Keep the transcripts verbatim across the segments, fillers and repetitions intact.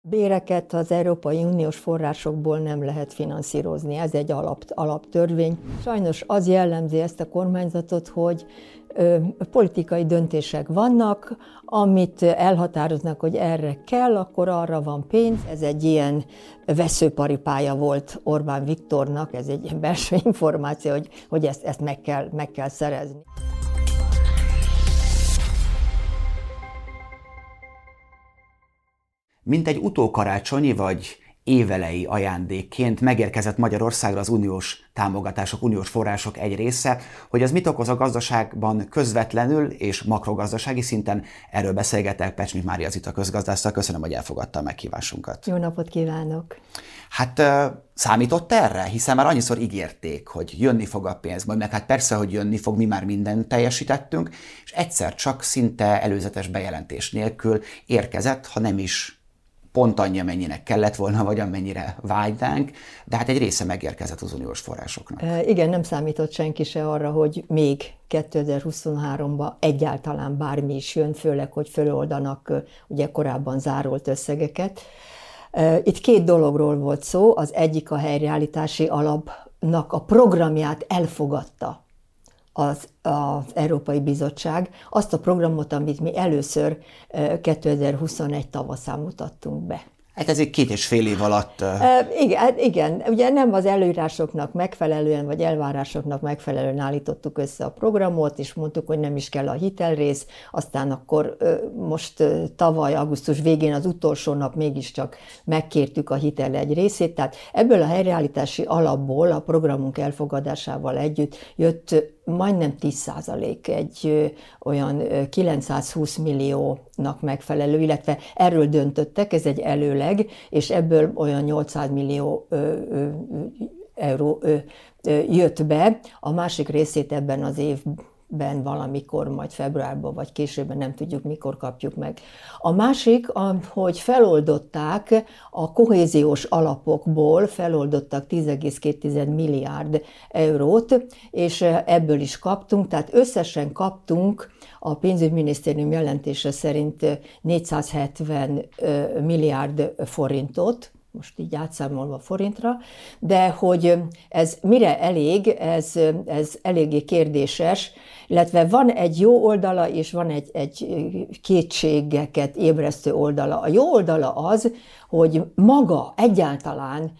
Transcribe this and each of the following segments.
Béreket az Európai Uniós forrásokból nem lehet finanszírozni, ez egy alap, alaptörvény. Sajnos az jellemzi ezt a kormányzatot, hogy ö, politikai döntések vannak, amit elhatároznak, hogy erre kell, akkor arra van pénz. Ez egy ilyen veszőparipája volt Orbán Viktornak, ez egy belső információ, hogy, hogy ezt, ezt meg kell, meg kell szerezni. Mint egy utókarácsonyi vagy évelei ajándékként megérkezett Magyarországra az uniós támogatások, uniós források egy része. Hogy ez mit okoz a gazdaságban közvetlenül és makrogazdasági szinten, erről beszélgetek Pecsnik Mária Zita közgazdászzal. Köszönöm, hogy elfogadta a meghívásunkat. Jó napot kívánok! Hát számított erre? Hiszen már annyiszor ígérték, hogy jönni fog a pénz, majd meg hát persze, hogy jönni fog, mi már mindent teljesítettünk, és egyszer csak szinte előzetes bejelentés nélkül érkezett, ha nem is pont annyi, amennyinek kellett volna, vagy amennyire vágynánk, de hát egy része megérkezett az uniós forrásoknak. E, igen, nem számított senki se arra, hogy még kétezer-huszonháromban egyáltalán bármi is jön, főleg, hogy föloldanak ugye korábban zárolt összegeket. E, itt két dologról volt szó, az egyik a helyreállítási alapnak a programját elfogadta az, az Európai Bizottság, azt a programot, amit mi először kétezer-huszonegy tavaszán mutattunk be. Hát ez egy két és fél év alatt... E, igen, igen, ugye nem az előírásoknak megfelelően, vagy elvárásoknak megfelelően állítottuk össze a programot, és mondtuk, hogy nem is kell a hitelrész, aztán akkor most tavaly, augusztus végén az utolsó nap mégiscsak megkértük a hitel egy részét, tehát ebből a helyreállítási alapból a programunk elfogadásával együtt jött majdnem tíz százalék, egy ö, olyan ö, kilencszázhúsz milliónak megfelelő, illetve erről döntöttek, ez egy előleg, és ebből olyan nyolcszáz millió ö, ö, euró ö, ö, jött be. A másik részét ebben az évben valamikor, majd februárban, vagy későbben, nem tudjuk, mikor kapjuk meg. A másik, hogy feloldották a kohéziós alapokból, feloldottak tíz egész két milliárd eurót, és ebből is kaptunk, tehát összesen kaptunk a pénzügyminisztérium jelentése szerint négyszázhetven milliárd forintot, most így átszámolva forintra, de hogy ez mire elég, ez, ez eléggé kérdéses, illetve van egy jó oldala, és van egy, egy kétségeket ébresztő oldala. A jó oldala az, hogy maga egyáltalán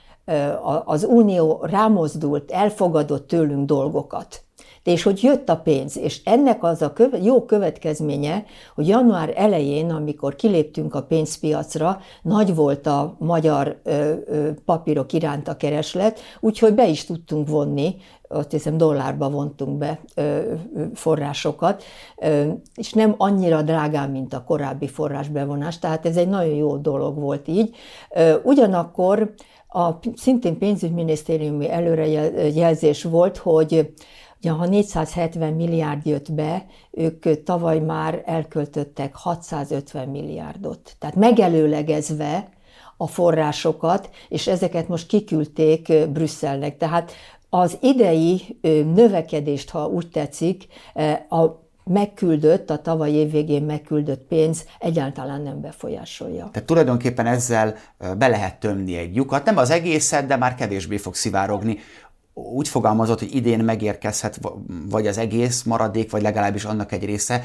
az Unió rámozdult, elfogadott tőlünk dolgokat. És hogy jött a pénz, és ennek az a köve- jó következménye, hogy január elején, amikor kiléptünk a pénzpiacra, nagy volt a magyar ö, ö, papírok iránt a kereslet, úgyhogy be is tudtunk vonni, azt hiszem dollárba vontunk be ö, forrásokat, ö, és nem annyira drágán, mint a korábbi forrásbevonás, tehát ez egy nagyon jó dolog volt így. Ö, ugyanakkor a szintén pénzügyminisztériumi előrejelzés volt, hogy ja, ha négyszázhetven milliárd jött be, ők tavaly már elköltöttek hatszázötven milliárdot. Tehát megelőlegezve a forrásokat, és ezeket most kiküldték Brüsszelnek. Tehát az idei növekedést, ha úgy tetszik, a megküldött, a tavaly év végén megküldött pénz egyáltalán nem befolyásolja. Tehát tulajdonképpen ezzel be lehet tömni egy lyukat, nem az egészet, de már kevésbé fog szivárogni. Úgy fogalmazott, hogy idén megérkezhet vagy az egész maradék, vagy legalábbis annak egy része.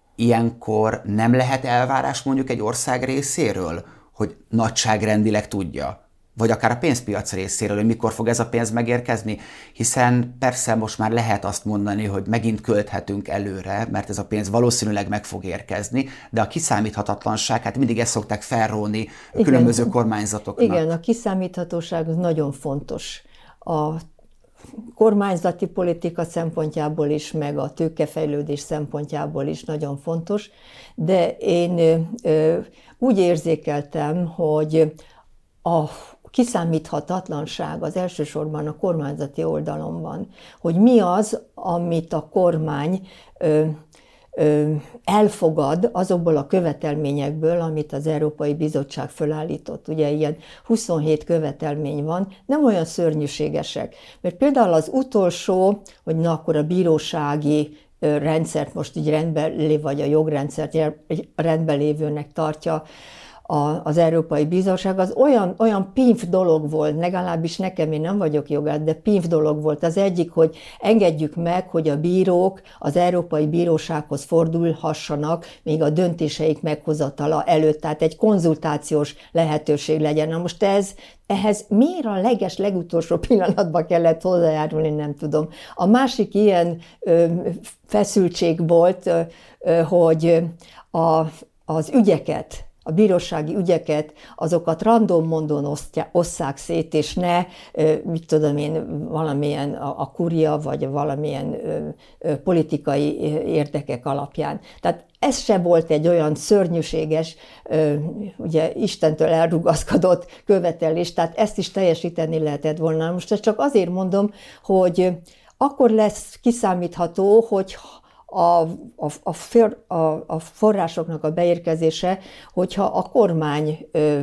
Ilyenkor nem lehet elvárás mondjuk egy ország részéről, hogy nagyságrendileg tudja? Vagy akár a pénzpiac részéről, hogy mikor fog ez a pénz megérkezni? Hiszen persze most már lehet azt mondani, hogy megint költhetünk előre, mert ez a pénz valószínűleg meg fog érkezni, de a kiszámíthatatlanság, hát mindig ezt szokták felróni a különböző kormányzatoknak. Igen, a kiszámíthatóság az nagyon fontos. A kormányzati politika szempontjából is, meg a tőkefejlődés szempontjából is nagyon fontos, de én ö, úgy érzékeltem, hogy a kiszámíthatatlanság az elsősorban a kormányzati oldalon van, hogy mi az, amit a kormány ö, ö, elfogad azokból a követelményekből, amit az Európai Bizottság fölállított. Ugye ilyen huszonhét követelmény van, nem olyan szörnyűségesek. Mert például az utolsó, hogy na akkor a bírósági rendszert most így rendben lév, vagy a jogrendszert rendben lévőnek tartja, a, az Európai Bizottság, az olyan, olyan pimf dolog volt, legalábbis nekem, én nem vagyok jogász, de pimf dolog volt. Az egyik, hogy engedjük meg, hogy a bírók az Európai Bírósághoz fordulhassanak, még a döntéseik meghozatala előtt, tehát egy konzultációs lehetőség legyen. Na most ez, ehhez miért a leges, legutolsó pillanatban kellett hozzájárulni, nem tudom. A másik ilyen ö, feszültség volt, ö, ö, hogy a, az ügyeket, a bírósági ügyeket, azokat random módon osztja, osszák szét, és ne, mit tudom én, valamilyen a, a kuria, vagy valamilyen ö, ö, politikai érdekek alapján. Tehát ez se volt egy olyan szörnyűséges, ö, ugye Istentől elrugaszkodott követelés, tehát ezt is teljesíteni lehetett volna. Most ezt csak azért mondom, hogy akkor lesz kiszámítható, hogy A, a, a, a forrásoknak a beérkezése, hogyha a kormány ö,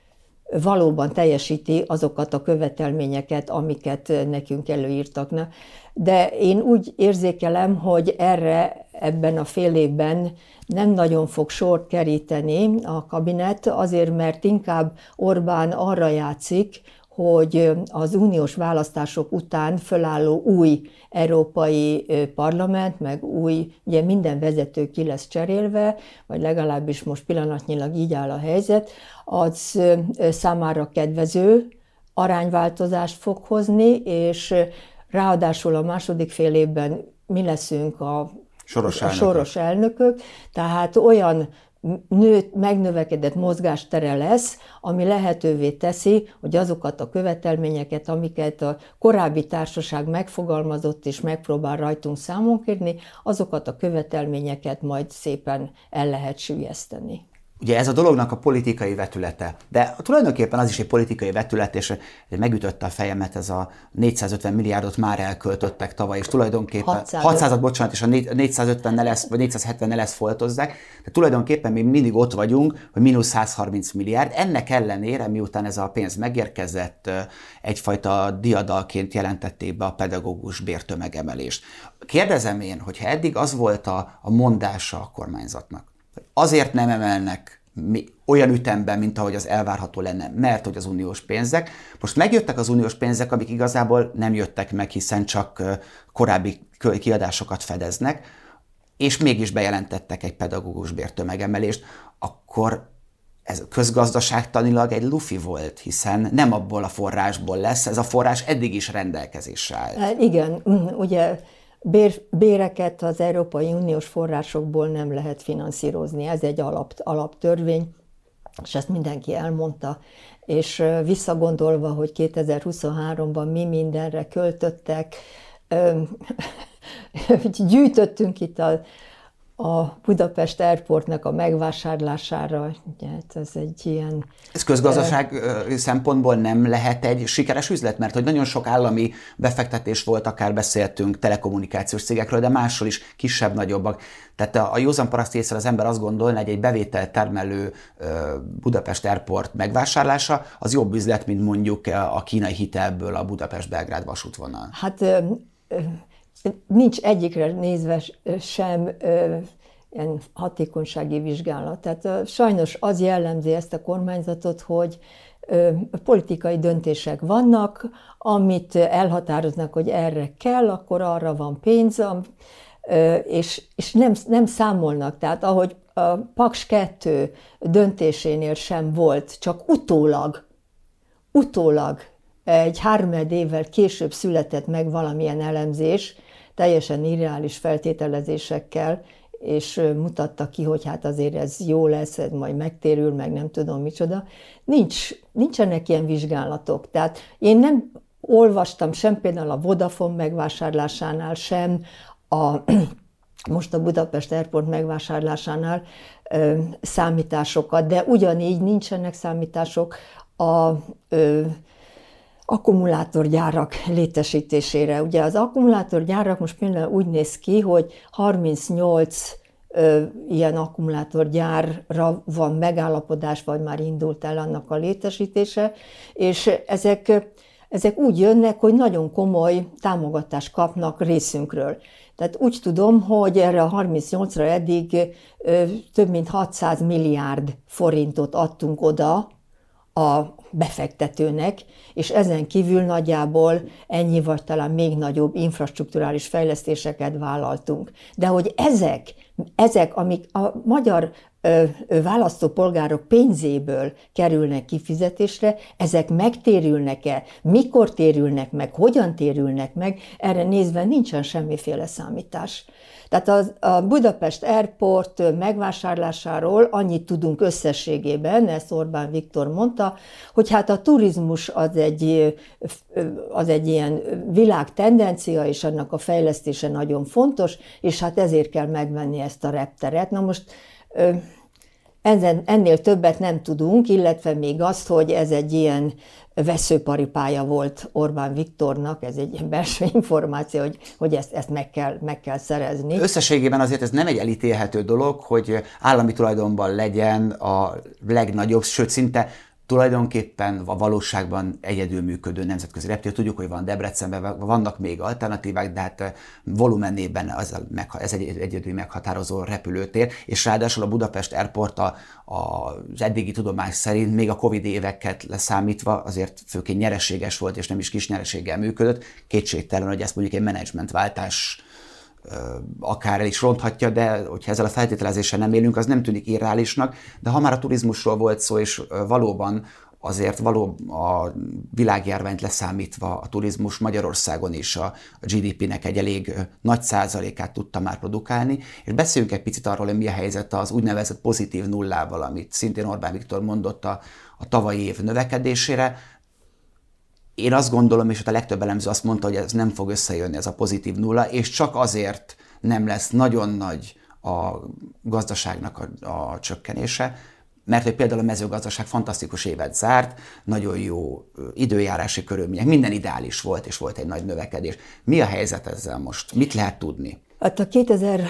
valóban teljesíti azokat a követelményeket, amiket nekünk előírtak. De én úgy érzékelem, hogy erre ebben a fél évben nem nagyon fog sort keríteni a kabinet, azért mert inkább Orbán arra játszik, hogy az uniós választások után fölálló új európai parlament, meg új, ugye minden vezető ki lesz cserélve, vagy legalábbis most pillanatnyilag így áll a helyzet, az számára kedvező arányváltozást fog hozni, és ráadásul a második fél évben mi leszünk a soros, a soros elnökök, tehát olyan nőtt, megnövekedett mozgástere lesz, ami lehetővé teszi, hogy azokat a követelményeket, amiket a korábbi társaság megfogalmazott és megpróbál rajtunk számon kérni, azokat a követelményeket majd szépen el lehet süllyeszteni. Ugye ez a dolognak a politikai vetülete, de tulajdonképpen az is egy politikai vetület, és megütötte a fejemet, ez a négyszázötven milliárdot már elköltöttek tavaly, és tulajdonképpen hatszázat, bocsánat, és a négyszázötven ne lesz, vagy négyszázhetven ne lesz foltozzák, de tulajdonképpen még mindig ott vagyunk, hogy mínusz százharminc milliárd. Ennek ellenére, miután ez a pénz megérkezett, egyfajta diadalként jelentették be a pedagógus bértömegemelést. Kérdezem én, hogyha eddig az volt a, a mondása a kormányzatnak, azért nem emelnek olyan ütemben, mint ahogy az elvárható lenne, mert hogy az uniós pénzek. Most megjöttek az uniós pénzek, amik igazából nem jöttek meg, hiszen csak korábbi kiadásokat fedeznek, és mégis bejelentettek egy pedagógus bértömegemelést, akkor ez közgazdaságtanilag egy lufi volt, hiszen nem abból a forrásból lesz, ez a forrás eddig is rendelkezésre áll. Igen, ugye Bér, béreket az Európai Uniós forrásokból nem lehet finanszírozni. Ez egy alap, alaptörvény, és ezt mindenki elmondta. És visszagondolva, hogy kétezer-huszonháromban mi mindenre költöttek, gyűjtöttünk itt a, a Budapest Airportnak a megvásárlására. Ugye, ez egy ilyen... Ez közgazdaság uh, szempontból nem lehet egy sikeres üzlet, mert hogy nagyon sok állami befektetés volt, akár beszéltünk telekommunikációs cégekről, de másról is kisebb-nagyobbak. Tehát a, a józan paraszti észre az ember azt gondolna, hogy egy bevételt termelő uh, Budapest Airport megvásárlása az jobb üzlet, mint mondjuk a kínai hitelből a Budapest-Belgrád vasútvonal. Hát... Uh, uh, Nincs egyikre nézve sem ö, ilyen hatékonysági vizsgálat. Tehát ö, sajnos az jellemzi ezt a kormányzatot, hogy ö, politikai döntések vannak, amit elhatároznak, hogy erre kell, akkor arra van pénz, ö, és, és nem, nem számolnak. Tehát ahogy a Paks kettő döntésénél sem volt, csak utólag, utólag egy háromnegyed évvel később született meg valamilyen elemzés, teljesen irreális feltételezésekkel, és mutatta ki, hogy hát azért ez jó lesz, ez majd megtérül, meg nem tudom micsoda. Nincs, nincsenek ilyen vizsgálatok. Tehát én nem olvastam sem például a Vodafone megvásárlásánál, sem a, most a Budapest Airport megvásárlásánál ö, számításokat, de ugyanígy nincsenek számítások a ö, akkumulátorgyárak létesítésére. Ugye az akkumulátorgyárak most például úgy néz ki, hogy harmincnyolc ö, ilyen akkumulátorgyárra van megállapodás, vagy már indult el annak a létesítése, és ezek ezek úgy jönnek, hogy nagyon komoly támogatást kapnak részünkről. Tehát úgy tudom, hogy erre a harmincnyolcra eddig ö, több mint hatszáz milliárd forintot adtunk oda a befektetőnek, és ezen kívül nagyjából ennyi vagy talán még nagyobb infrastrukturális fejlesztéseket vállaltunk. De hogy ezek, ezek amik a magyar ö, ö, választópolgárok pénzéből kerülnek kifizetésre, ezek megtérülnek-e, mikor térülnek meg, hogyan térülnek meg, erre nézve nincsen semmiféle számítás. Tehát az, a Budapest Airport megvásárlásáról annyit tudunk összességében, ezt Orbán Viktor mondta, hogy hát a turizmus az egy, az egy ilyen világtendencia, és annak a fejlesztése nagyon fontos, és hát ezért kell megvenni ezt a repteret. Na most ennél többet nem tudunk, illetve még azt, hogy ez egy ilyen veszőparipája volt Orbán Viktornak, ez egy belső információ, hogy, hogy ezt, ezt meg, kell, meg kell szerezni. Összességében azért ez nem egy elítélhető dolog, hogy állami tulajdonban legyen a legnagyobb, sőt szinte tulajdonképpen a valóságban egyedül működő nemzetközi reptér. Tudjuk, hogy van Debrecenben, vannak még alternatívák, de hát volumenében az ez egy egyedül meghatározó repülőtér, és ráadásul a Budapest Airport a, a, az eddigi tudomás szerint még a Covid éveket leszámítva azért főként nyereséges volt, és nem is kis nyereséggel működött. Kétségtelen, hogy ezt mondjuk egy menedzsmentváltás akár el is ronthatja, de hogyha ezzel a feltételezéssel nem élünk, az nem tűnik irreálisnak, de ha már a turizmusról volt szó, és valóban azért való a világjárványt leszámítva a turizmus Magyarországon is a gé dé pének egy elég nagy százalékát tudta már produkálni, és beszéljünk egy picit arról, hogy mi a helyzet az úgynevezett pozitív nullával, amit szintén Orbán Viktor mondott a, a tavalyi év növekedésére. Én azt gondolom, és a legtöbb elemző azt mondta, hogy ez nem fog összejönni, ez a pozitív nulla, és csak azért nem lesz nagyon nagy a gazdaságnak a, a csökkenése, mert hogy például a mezőgazdaság fantasztikus évet zárt, nagyon jó időjárási körülmények, minden ideális volt, és volt egy nagy növekedés. Mi a helyzet ezzel most? Mit lehet tudni? Hát a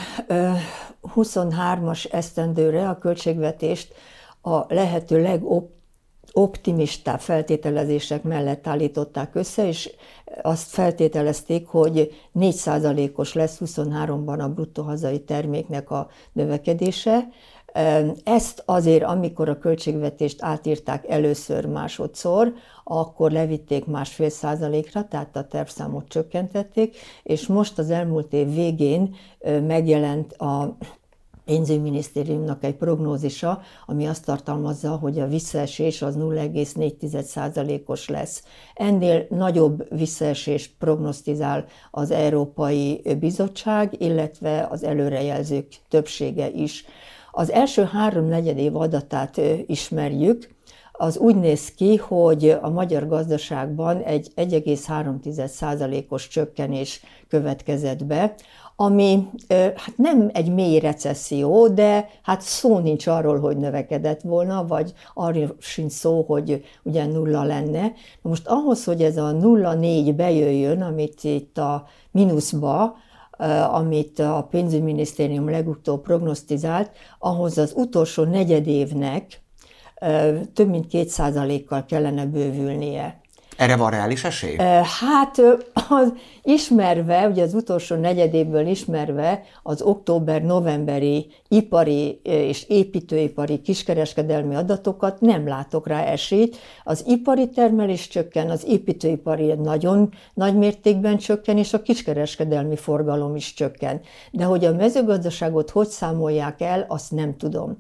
kétezer-huszonhármas esztendőre a költségvetést a lehető legop optimistább feltételezések mellett állították össze, és azt feltételezték, hogy négy százalékos lesz huszonháromban a bruttó hazai terméknek a növekedése. Ezt azért, amikor a költségvetést átírták először másodszor, akkor levitték másfél százalékra, tehát a tervszámot csökkentették, és most az elmúlt év végén megjelent a pénzügyminisztériumnak egy prognózisa, ami azt tartalmazza, hogy a visszaesés az nulla egész négy százalékos lesz. Ennél nagyobb visszaesést prognosztizál az Európai Bizottság, illetve az előrejelzők többsége is. Az első három negyedév adatát ismerjük, az úgy néz ki, hogy a magyar gazdaságban egy egy egész három százalékos csökkenés következett be, ami hát nem egy mély recesszió, de hát szó nincs arról, hogy növekedett volna, vagy arról sincs szó, hogy ugye nulla lenne. Most ahhoz, hogy ez a nulla egész négy bejöjjön, amit itt a mínuszba, amit a pénzügyminisztérium legutóbb prognosztizált, ahhoz az utolsó negyedévnek több mint két százalékkal kellene bővülnie. Erre van reális esély? Hát az ismerve, ugye az utolsó negyedévből ismerve az október-novemberi ipari és építőipari kiskereskedelmi adatokat nem látok rá esélyt. Az ipari termelés csökken, az építőipari nagyon nagy mértékben csökken, és a kiskereskedelmi forgalom is csökken. De hogy a mezőgazdaságot hogy számolják el, azt nem tudom.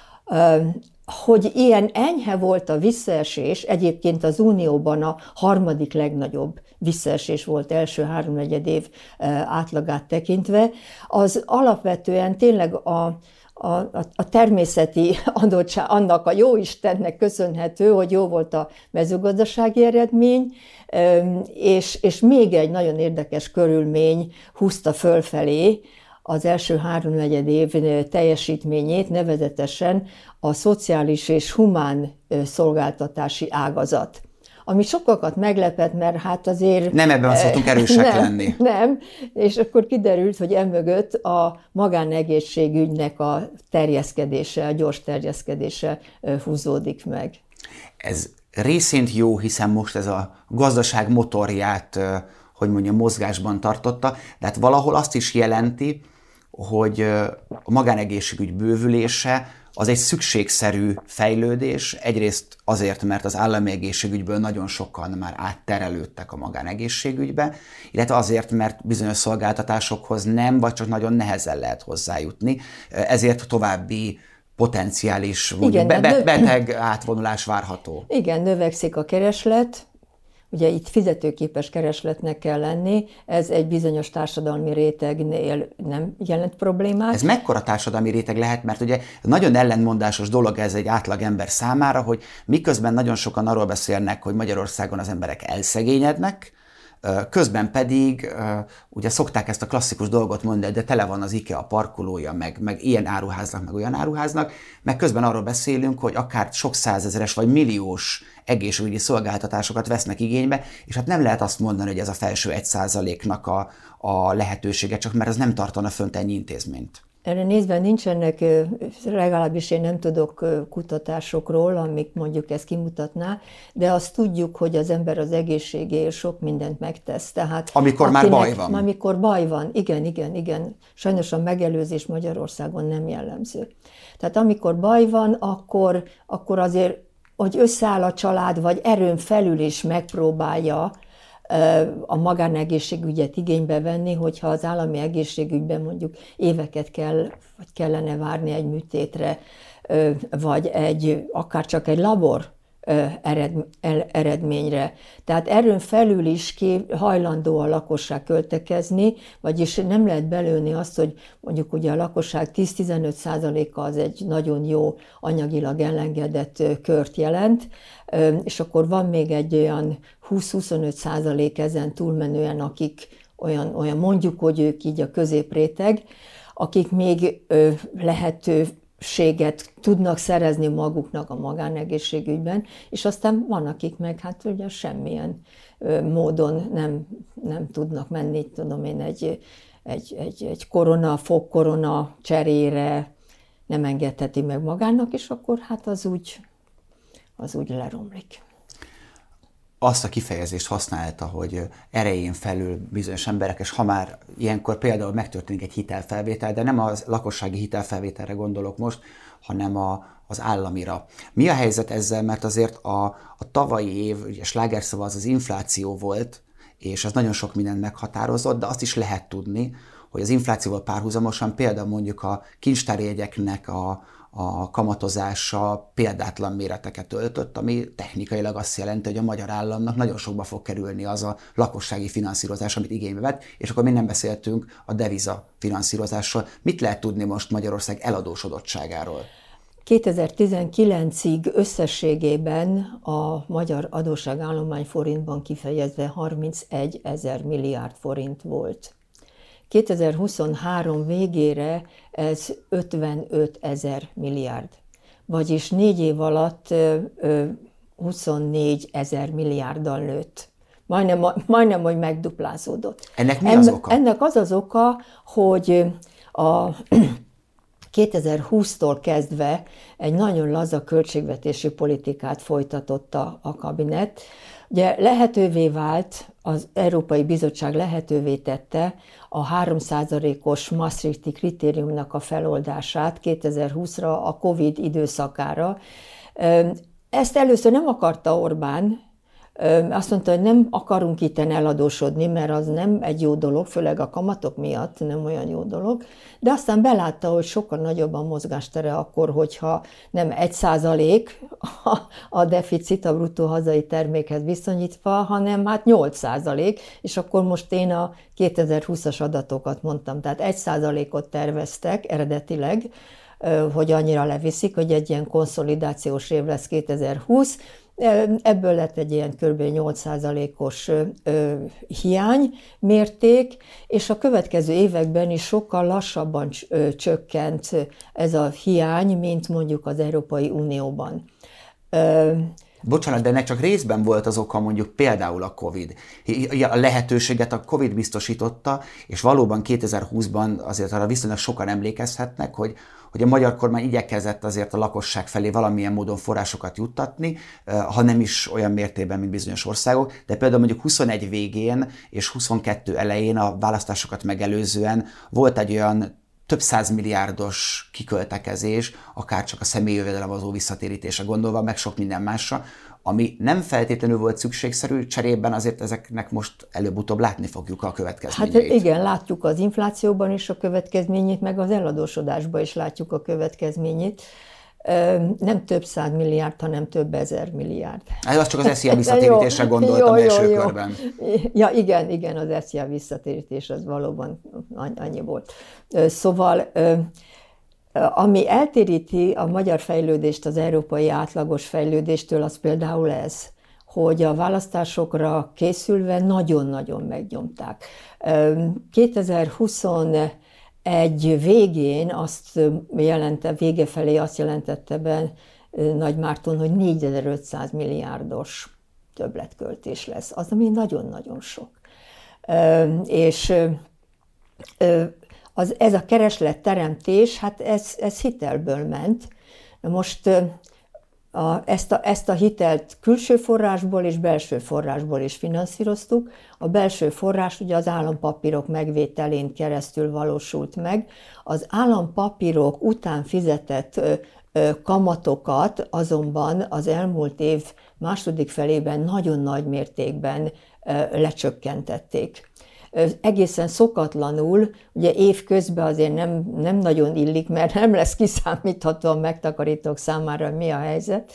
Hogy ilyen enyhe volt a visszaesés, egyébként az Unióban a harmadik legnagyobb visszaesés volt első háromnegyed év átlagát tekintve, az alapvetően tényleg a, a, a természeti adottság, annak a jóistennek köszönhető, hogy jó volt a mezőgazdasági eredmény, és, és még egy nagyon érdekes körülmény húzta fölfelé az első háromnegyed év teljesítményét, nevezetesen a szociális és humán szolgáltatási ágazat. Ami sokakat meglepett, mert hát azért... Nem ebben szoktunk erősek nem, lenni. Nem, és akkor kiderült, hogy emögött a magánegészségügynek a terjeszkedése, a gyors terjeszkedése húzódik meg. Ez részint jó, hiszen most ez a gazdaság motorját, hogy mondjam, mozgásban tartotta, de hát valahol azt is jelenti, hogy a magánegészségügy bővülése az egy szükségszerű fejlődés, egyrészt azért, mert az állami egészségügyből nagyon sokan már átterelődtek a magánegészségügybe, illetve azért, mert bizonyos szolgáltatásokhoz nem, vagy csak nagyon nehezen lehet hozzájutni, ezért további potenciális mondjuk, Igen, be, beteg átvonulás várható. Igen, növekszik a kereslet, ugye itt fizetőképes keresletnek kell lenni, ez egy bizonyos társadalmi rétegnél nem jelent problémát. Ez mekkora társadalmi réteg lehet, mert ugye nagyon ellentmondásos dolog ez egy átlag ember számára, hogy miközben nagyon sokan arról beszélnek, hogy Magyarországon az emberek elszegényednek, közben pedig ugye szokták ezt a klasszikus dolgot mondani, de tele van az IKEA parkolója, meg, meg ilyen áruháznak, meg olyan áruháznak, meg közben arról beszélünk, hogy akár sok százezeres vagy milliós egészségügyi szolgáltatásokat vesznek igénybe, és hát nem lehet azt mondani, hogy ez a felső egy százaléknak a, a lehetősége, csak mert ez nem tartana fönt ennyi intézményt. Erre nézve nincsenek, legalábbis én nem tudok kutatásokról, amik mondjuk ezt kimutatná, de azt tudjuk, hogy az ember az egészségéért sok mindent megtesz. Tehát amikor akinek, már baj van. Amikor baj van, igen, igen, igen. Sajnos a megelőzés Magyarországon nem jellemző. Tehát amikor baj van, akkor, akkor azért, hogy összeáll a család, vagy erőn felül is megpróbálja a magánegészségügyet igénybe venni, hogyha az állami egészségügyben mondjuk éveket kell, vagy kellene várni egy műtétre, vagy egy, akár csak egy labor eredményre. Tehát erőn felül is ki hajlandó a lakosság költekezni, vagyis nem lehet belőni azt, hogy mondjuk ugye a lakosság tíz-tizenöt százaléka az egy nagyon jó anyagilag elengedett kört jelent, és akkor van még egy olyan húsz-huszonöt százalék ezen túlmenően, akik olyan, olyan mondjuk, hogy ők így a középréteg, akik még lehető séget tudnak szerezni maguknak a magánegészségügyben, és aztán van, akik meg hát ugye semmilyen módon nem, nem tudnak menni, tudom én, egy, egy, egy, egy korona, fogkorona cserére nem engedheti meg magának, és akkor hát az úgy, az úgy leromlik. Azt a kifejezést használta, hogy erején felül bizonyos emberek, és ha már ilyenkor például megtörténik egy hitelfelvétel, de nem a lakossági hitelfelvételre gondolok most, hanem a, az államira. Mi a helyzet ezzel, mert azért a, a tavalyi év, ugye slágerszava az az infláció volt, és ez nagyon sok mindent meghatározott, de azt is lehet tudni, hogy az inflációval párhuzamosan például mondjuk a kincstárjegyeknek a a kamatozása példátlan méreteket öltött, ami technikailag azt jelenti, hogy a magyar államnak nagyon sokba fog kerülni az a lakossági finanszírozás, amit igénybe vett, és akkor még nem beszéltünk a deviza finanszírozásról. Mit lehet tudni most Magyarország eladósodottságáról? kétezer-tizenkilencig összességében a magyar adósságállomány forintban kifejezve harmincegy ezer milliárd forint volt. kétezer-huszonhárom végére ez ötvenöt ezer milliárd, vagyis négy év alatt huszonnégy ezer milliárddal nőtt. Majdnem, majdnem, hogy megduplázódott. Ennek mi az oka? Ennek az az oka, hogy a kétezer-húsztól kezdve egy nagyon laza költségvetési politikát folytatott a, a kabinet. Ugye lehetővé vált, az Európai Bizottság lehetővé tette a három százalékos Maastrichti kritériumnak a feloldását kétezer-húszra, a Covid időszakára. Ezt először nem akarta Orbán, azt mondta, hogy nem akarunk itten eladósodni, mert az nem egy jó dolog, főleg a kamatok miatt nem olyan jó dolog, de aztán belátta, hogy sokkal nagyobb a mozgástere akkor, hogyha nem egy százalék a deficit a bruttó hazai termékhez viszonyítva, hanem hát nyolc százalék, és akkor most én a kétezer-húszas adatokat mondtam, tehát egy százalékot terveztek eredetileg, hogy annyira leviszik, hogy egy ilyen konszolidációs év lesz kétezer-húsz, ebből lett egy ilyen kb. nyolc százalékos hiány mérték, és a következő években is sokkal lassabban csökkent ez a hiány, mint mondjuk az Európai Unióban. Bocsánat, de ennek csak részben volt az oka mondjuk például a Covid. A lehetőséget a Covid biztosította, és valóban kétezer-húszban azért arra viszonylag sokan emlékezhetnek, hogy hogy a magyar kormány igyekezett azért a lakosság felé valamilyen módon forrásokat juttatni, ha nem is olyan mértékben, mint bizonyos országok, de például mondjuk huszonegy végén és huszonkettő elején a választásokat megelőzően volt egy olyan több százmilliárdos kiköltekezés, akár csak a személyi jövedelemadó visszatérítése gondolva, meg sok minden másra, ami nem feltétlenül volt szükségszerű, cserében azért ezeknek most előbb-utóbb látni fogjuk a következményeit. Hát igen, látjuk az inflációban is a következményét, meg az eladósodásban is látjuk a következményét. Nem több száz milliárd, hanem több ezer milliárd. Ez az csak az es zé á visszatérítésre gondoltam jó, első jó, jó. körben. Ja, igen, igen, az es zé á visszatérítés az valóban annyi volt. Szóval, ami eltéríti a magyar fejlődést az európai átlagos fejlődéstől, az például ez, hogy a választásokra készülve nagyon-nagyon megnyomták. kétezer-huszonegy végén azt jelente, vége felé azt jelentette be Nagy Márton, hogy négyezer-ötszáz milliárdos többletköltés lesz. Az, ami nagyon-nagyon sok. És az, ez a keresletteremtés, hát ez, ez hitelből ment. Most a, ezt, a, ezt a hitelt külső forrásból és belső forrásból is finanszíroztuk. A belső forrás ugye az állampapírok megvételén keresztül valósult meg. Az állampapírok után fizetett ö, ö, kamatokat azonban az elmúlt év második felében nagyon nagy mértékben ö, lecsökkentették. Egészen szokatlanul, ugye évközben azért nem, nem nagyon illik, mert nem lesz kiszámítható a megtakarítók számára, mi a helyzet.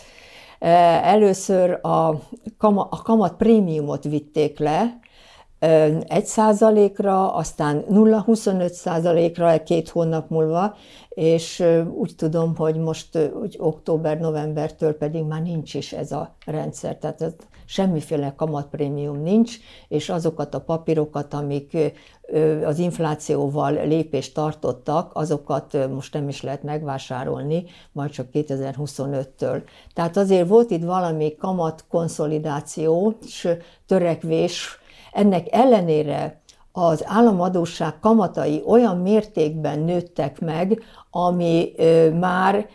Először a, kama, a kamat prémiumot vitték le egy százalékra, aztán nulla egész huszonöt százalékra két hónap múlva, és úgy tudom, hogy most úgy október-novembertől pedig már nincs is ez a rendszer, tehát ez semmiféle kamatprémium nincs, és azokat a papírokat, amik az inflációval lépést tartottak, azokat most nem is lehet megvásárolni, majd csak kétezer-huszonöttől. Tehát azért volt itt valami kamatkonszolidáció és törekvés. Ennek ellenére az államadósság kamatai olyan mértékben nőttek meg, ami már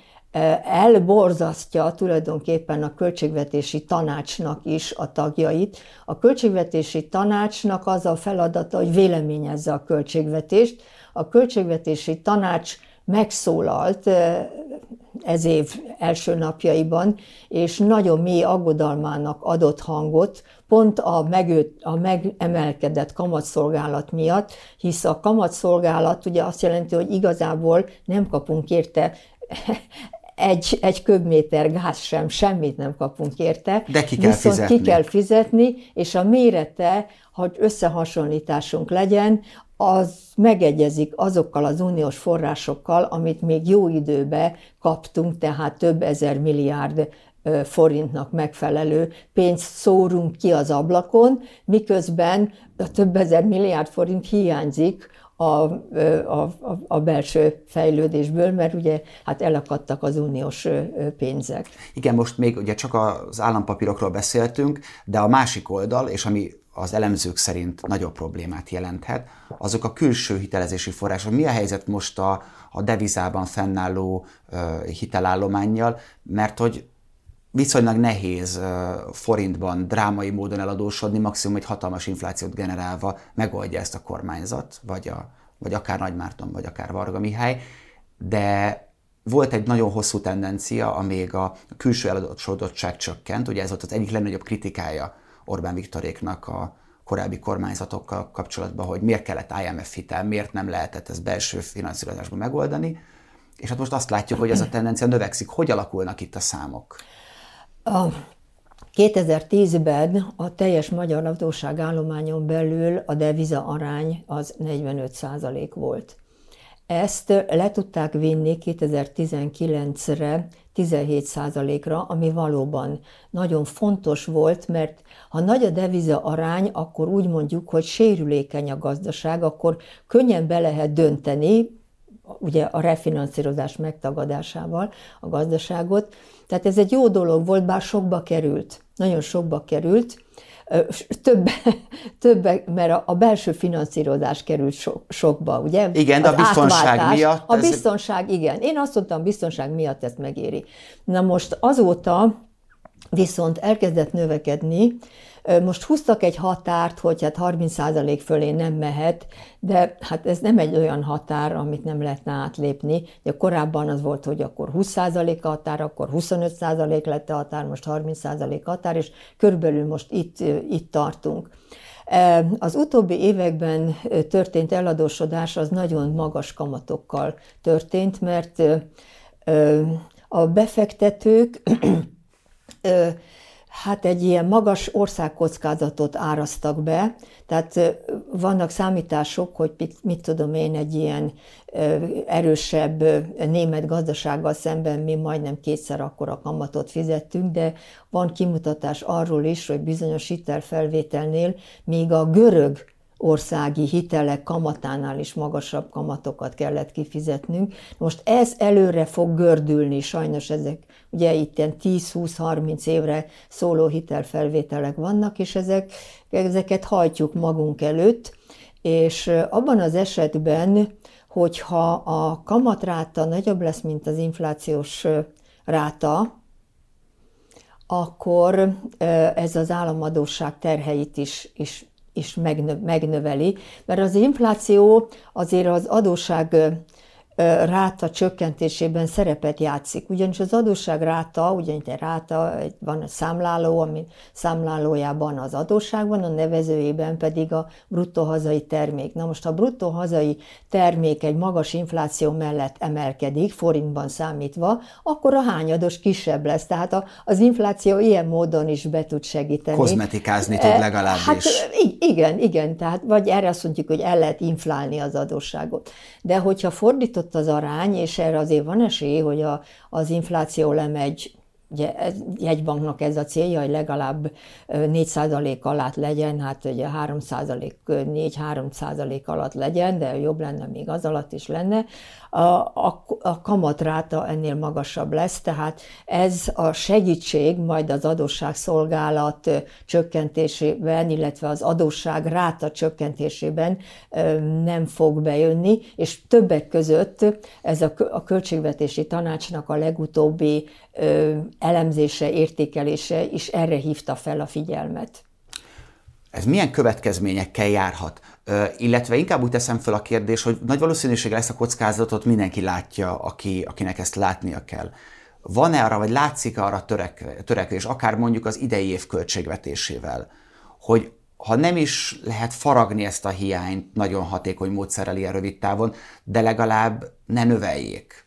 elborzasztja tulajdonképpen a Költségvetési Tanácsnak is a tagjait. A Költségvetési Tanácsnak az a feladata, hogy véleményezze a költségvetést. A Költségvetési Tanács megszólalt ez év első napjaiban, és nagyon mély aggodalmának adott hangot, pont a, megőt, a megemelkedett kamatszolgálat miatt, hisz a kamatszolgálat ugye azt jelenti, hogy igazából nem kapunk érte egy, egy köbméter gáz sem, semmit nem kapunk érte. De ki kell viszont fizetni. ki kell fizetni, és a mérete, hogy összehasonlításunk legyen, az megegyezik azokkal az uniós forrásokkal, amit még jó időben kaptunk, tehát több ezer milliárd forintnak megfelelő pénzt szórunk ki az ablakon, miközben a több ezer milliárd forint hiányzik a, a, a belső fejlődésből, mert ugye hát elakadtak az uniós pénzek. Igen, most még ugye csak az állampapírokról beszéltünk, de a másik oldal, és ami az elemzők szerint nagyobb problémát jelenthet, azok a külső hitelezési források. Mi a helyzet most a, a devizában fennálló uh, hitelállománnyal, mert hogy viszonylag nehéz uh, forintban drámai módon eladósodni, maximum egy hatalmas inflációt generálva megoldja ezt a kormányzat, vagy, a, vagy akár Nagy Márton, vagy akár Varga Mihály, de volt egy nagyon hosszú tendencia, amíg a külső eladósodottság csökkent, ugye ez volt az egyik legnagyobb kritikája Orbán Viktoréknak a korábbi kormányzatokkal kapcsolatban, hogy miért kellett I M F hitel, miért nem lehetett ezt belső finanszírozásban megoldani, és hát most azt látjuk, hogy ez a tendencia növekszik. Hogy alakulnak itt a számok? A kétezer-tízben a teljes magyar adósságállományon belül a deviza arány az negyvenöt százalék volt. Ezt le tudták vinni kétezer-tizenkilencre tizenhét százalékra, ami valóban nagyon fontos volt, mert ha nagy a deviza arány, akkor úgy mondjuk, hogy sérülékeny a gazdaság, akkor könnyen be lehet dönteni, ugye a refinanszírozás megtagadásával a gazdaságot. Tehát ez egy jó dolog volt, bár sokba került, nagyon sokba került. Több, több, mert a belső finanszírozás került so, sokba, ugye? Igen, de a biztonság átváltás, miatt. A biztonság, ez... igen. Én azt mondtam, a biztonság miatt ezt megéri. Na most azóta viszont elkezdett növekedni. Most húztak egy határt, hogy hát harminc százalék fölé nem mehet, de hát ez nem egy olyan határ, amit nem lehetne átlépni. Ugye korábban az volt, hogy akkor húsz százalék a határ, akkor huszonöt százalék lett a határ, most harminc százalék határ, és körülbelül most itt, itt tartunk. Az utóbbi években történt eladósodás az nagyon magas kamatokkal történt, mert a befektetők hát egy ilyen magas országkockázatot áraztak be, tehát vannak számítások, hogy mit, mit tudom én, egy ilyen erősebb német gazdasággal szemben mi majdnem kétszer akkora kamatot fizettünk, de van kimutatás arról is, hogy bizonyos hitelfelvételnél még a görög országi hitelek kamatánál is magasabb kamatokat kellett kifizetnünk. Most ez előre fog gördülni, sajnos ezek ugye itt tíz-húsz-harminc évre szóló hitelfelvételek vannak, és ezek, ezeket hajtjuk magunk előtt, és abban az esetben, hogyha a kamatráta nagyobb lesz, mint az inflációs ráta, akkor ez az államadósság terheit is, is is megnöveli, mert az infláció azért az adósság ráta csökkentésében szerepet játszik. Ugyanis az adósság ráta, ugyanis egy ráta, van a számláló, ami számlálójában az adósság van, a nevezőjében pedig a bruttó hazai termék. Na most, ha a bruttó hazai termék egy magas infláció mellett emelkedik, forintban számítva, akkor a hányados kisebb lesz. Tehát a, az infláció ilyen módon is be tud segíteni. Kozmetikázni tud legalábbis. Hát igen, igen, tehát vagy erre azt mondjuk, hogy el lehet inflálni az adósságot. De hogyha fordított az arány, és erre azért van esély, hogy a, az infláció lemegy, ugye jegybanknak ez a célja, hogy legalább négy százalék alatt legyen, hát ugye három százalék, négy-három százalék alatt legyen, de jobb lenne, még az alatt is lenne, a, a, a kamatráta ennél magasabb lesz, tehát ez a segítség majd az adósságszolgálat csökkentésében, illetve az adósságráta csökkentésében nem fog bejönni, és többek között ez a, a költségvetési tanácsnak a legutóbbi elemzése, értékelése is erre hívta fel a figyelmet. Ez milyen következményekkel járhat? Illetve inkább úgy teszem fel a kérdést, hogy nagy valószínűséggel ezt a kockázatot mindenki látja, aki, akinek ezt látnia kell. Van-e arra, vagy látszik arra törek, törekvés, akár mondjuk az idei év költségvetésével, hogy ha nem is lehet faragni ezt a hiányt nagyon hatékony módszerrel ilyen rövid távon, de legalább ne növeljék?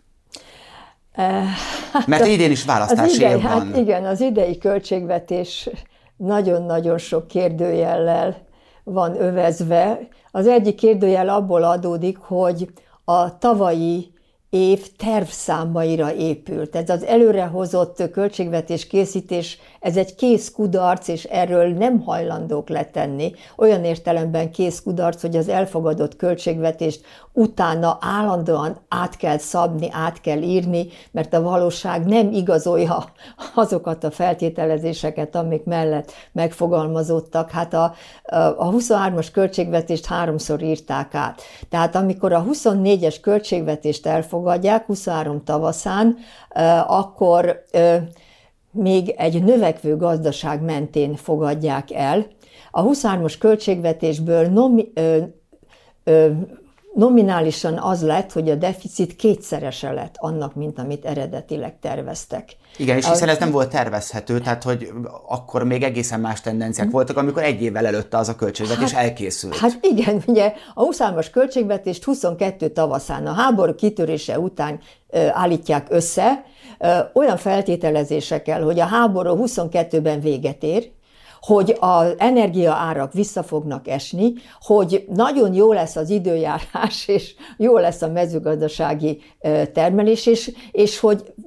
Hát mert idén is választási év van. Hát igen, az idei költségvetés nagyon-nagyon sok kérdőjellel van övezve. Az egyik kérdőjel abból adódik, hogy a tavalyi év tervszámaira épült. Ez az előrehozott költségvetés készítés, ez egy kész kudarc, és erről nem hajlandók letenni. Olyan értelemben kész kudarc, hogy az elfogadott költségvetést utána állandóan át kell szabni, át kell írni, mert a valóság nem igazolja azokat a feltételezéseket, amik mellett megfogalmazódtak. Hát a, a huszonhármas költségvetést háromszor írták át. Tehát amikor a huszonnégyes költségvetést elfogadják, huszonhárom tavaszán, akkor még egy növekvő gazdaság mentén fogadják el. A huszonhármas költségvetésből nomi, ö, ö, nominálisan az lett, hogy a deficit kétszerese lett annak, mint amit eredetileg terveztek. Igen, és hiszen ez nem volt tervezhető, tehát hogy akkor még egészen más tendenciák voltak, amikor egy évvel előtte az a költségvetés hát, elkészült. Hát igen, ugye a huszonhármas költségvetést huszonkettő tavaszán, a háború kitörése után ö, állítják össze, ö, olyan feltételezésekkel, hogy a háború huszonkettőben véget ér, hogy az energiaárak vissza fognak esni, hogy nagyon jó lesz az időjárás, és jó lesz a mezőgazdasági termelés, és, és hogy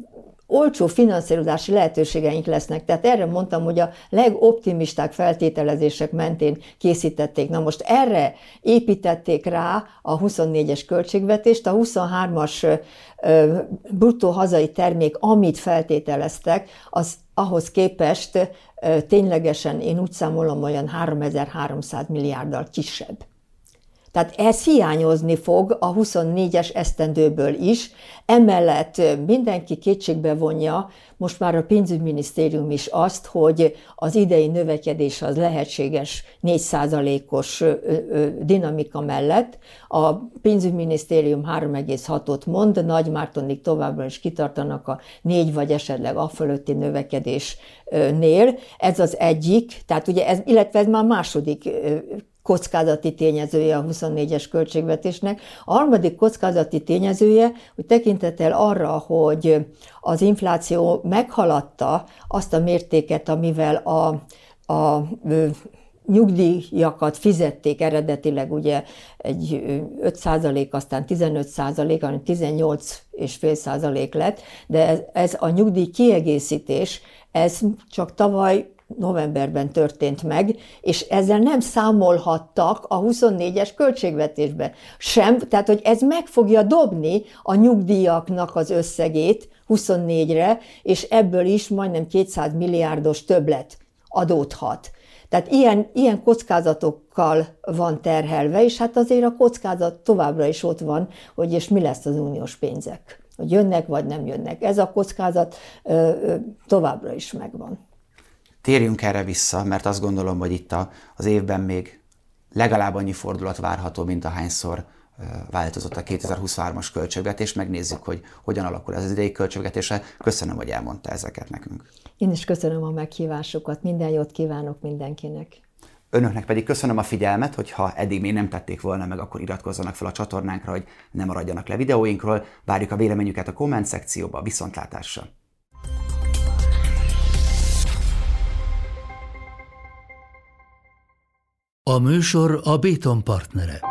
olcsó finanszírozási lehetőségeink lesznek. Tehát erre mondtam, hogy a legoptimistább feltételezések mentén készítették. Na most erre építették rá a huszonnégyes költségvetést, a huszonhármas bruttó hazai termék, amit feltételeztek, az ahhoz képest ténylegesen én úgy számolom, olyan háromezer-háromszáz milliárddal kisebb. Tehát ez hiányozni fog a huszonnégyes esztendőből is, emellett mindenki kétségbe vonja, most már a pénzügyminisztérium is azt, hogy az idei növekedés az lehetséges négy százalékos dinamika mellett. A pénzügyminisztérium három egész hatot mond, Nagy Mártonig továbbra is kitartanak a négy vagy esetleg a fölötti növekedésnél. Ez az egyik, tehát ugye ez, illetve ez már második kockázati tényezője a huszonnégyes költségvetésnek. A harmadik kockázati tényezője, hogy tekintettel arra, hogy az infláció meghaladta azt a mértéket, amivel a, a nyugdíjakat fizették eredetileg, ugye egy öt százalék, aztán tizenöt százalék, hanem tizennyolc egész öt százalék lett, de ez, ez a nyugdíj kiegészítés, ez csak tavaly novemberben történt meg, és ezzel nem számolhattak a huszonnégyes költségvetésbe sem, tehát hogy ez meg fogja dobni a nyugdíjaknak az összegét huszonnégyre, és ebből is majdnem kétszáz milliárdos többlet adódhat. Tehát ilyen, ilyen kockázatokkal van terhelve, és hát azért a kockázat továbbra is ott van, hogy és mi lesz az uniós pénzek, hogy jönnek vagy nem jönnek. Ez a kockázat ö, ö, továbbra is megvan. Térjünk erre vissza, mert azt gondolom, hogy itt a, az évben még legalább annyi fordulat várható, mint ahányszor változott a kétezer-huszonhármas költségvetés. Megnézzük, hogy hogyan alakul ez az idei költségvetése. Köszönöm, hogy elmondta ezeket nekünk. Én is köszönöm a meghívásokat. Minden jót kívánok mindenkinek. Önöknek pedig köszönöm a figyelmet, hogyha eddig még nem tették volna meg, akkor iratkozzanak fel a csatornánkra, hogy ne maradjanak le videóinkról. Várjuk a véleményüket a komment szekcióba. Viszontlátásra! A műsor a Béton partnere.